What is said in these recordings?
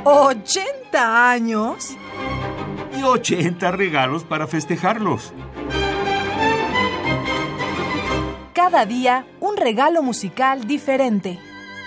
¿80 años? Y 80 regalos para festejarlos. Cada día un regalo musical diferente.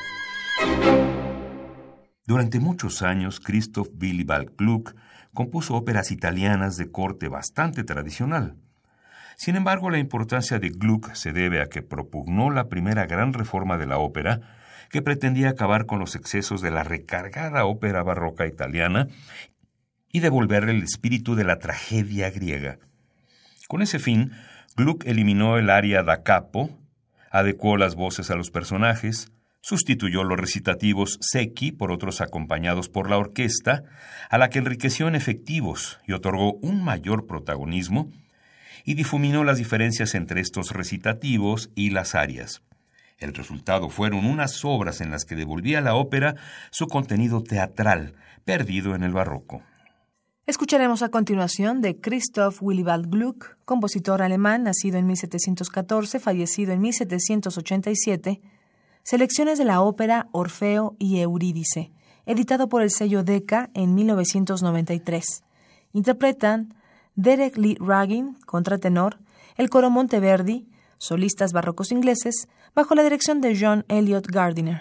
Durante muchos años, Christoph Willibald Gluck compuso óperas italianas de corte bastante tradicional. Sin embargo, la importancia de Gluck se debe a que propugnó la primera gran reforma de la ópera, que pretendía acabar con los excesos de la recargada ópera barroca italiana y devolverle el espíritu de la tragedia griega. Con ese fin, Gluck eliminó el aria da capo, adecuó las voces a los personajes, sustituyó los recitativos secchi por otros acompañados por la orquesta, a la que enriqueció en efectivos y otorgó un mayor protagonismo, y difuminó las diferencias entre estos recitativos y las arias. El resultado fueron unas obras en las que devolvía a la ópera su contenido teatral, perdido en el barroco. Escucharemos a continuación de Christoph Willibald Gluck, compositor alemán, nacido en 1714, fallecido en 1787, selecciones de la ópera Orfeo y Eurídice, editado por el sello Decca en 1993. Interpretan Derek Lee Ragin, contratenor, el coro Monteverdi, solistas barrocos ingleses, bajo la dirección de John Eliot Gardiner.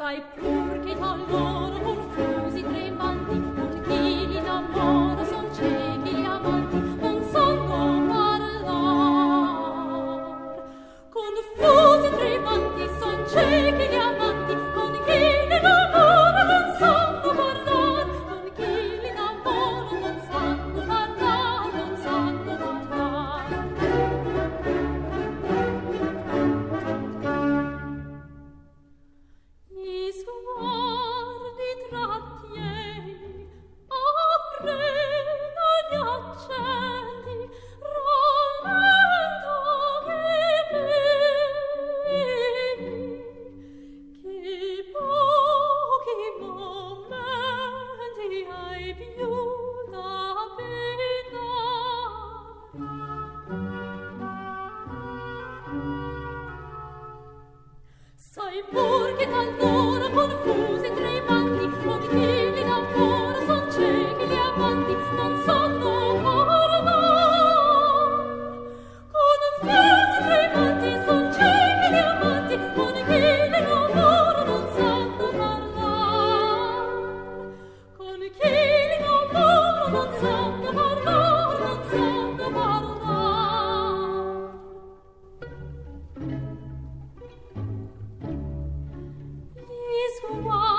sai pur che tra loro confusi tremanti, conchigli d'amore son ciechi gli amanti, non sanno parlar. Confusi tremanti son ciechi gli amanti, conchigli d'amore non sanno parlar, conchigli d'amore non sanno parlar, non sanno parlar. Gli sguardi trattieni, frena gli accenti, rammento che pochi momenti hai più da sai pur che talora confusi tremanti, conchigli d'amore son ciechi gli amanti, non sanno parlar. Confusi tremanti son ciechi gli amanti, conchigli d'amore non sanno parlar. Conchigli d'amore non sanno parlar, non sanno parlar. Gli sguardi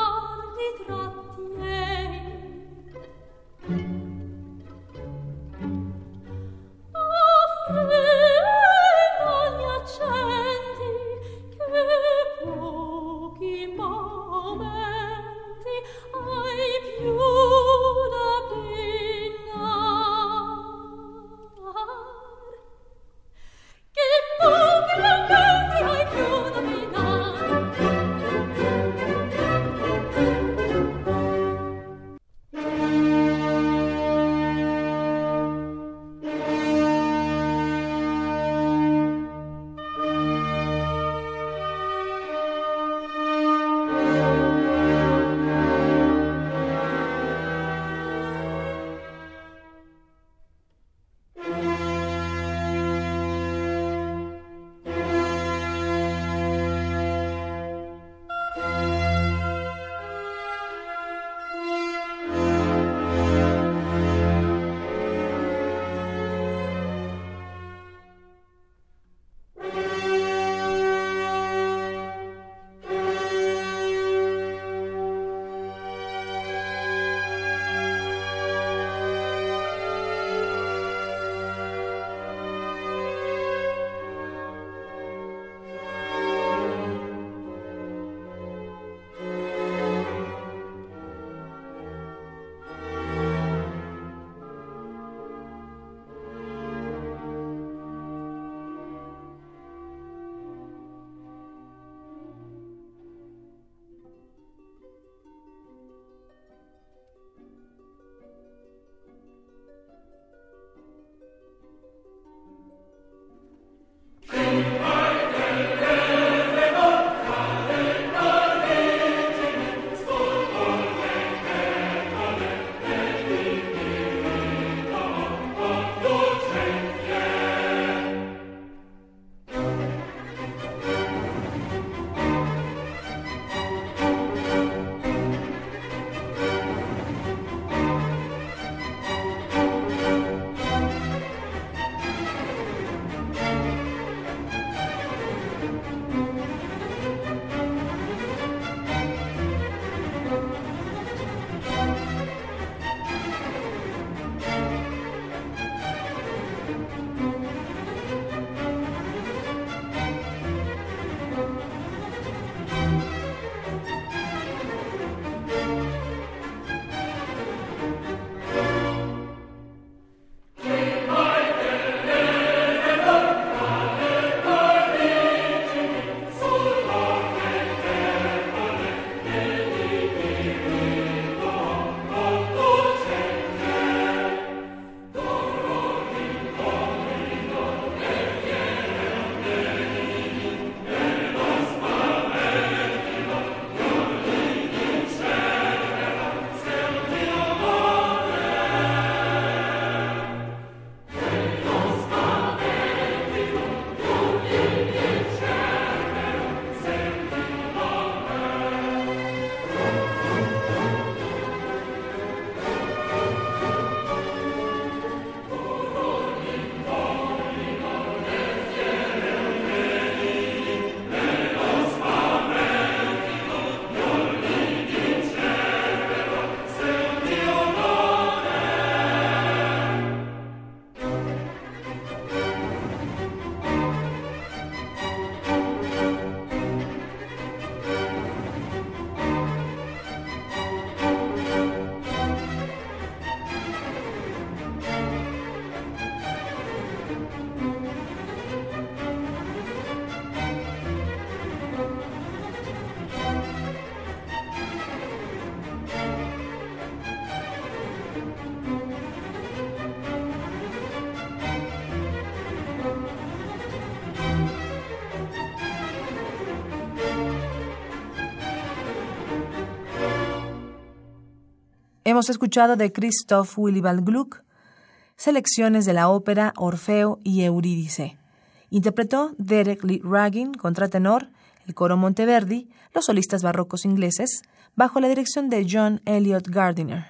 Hemos escuchado de Christoph Willibald Gluck selecciones de la ópera Orfeo y Eurídice. Interpretó Derek Lee Ragin, contratenor, el coro Monteverdi, los solistas barrocos ingleses, bajo la dirección de John Eliot Gardiner.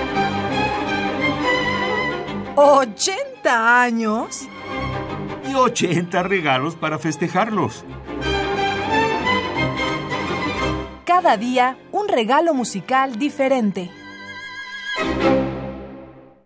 ¿80 años? Y 80 regalos para festejarlos. Cada día un regalo musical diferente.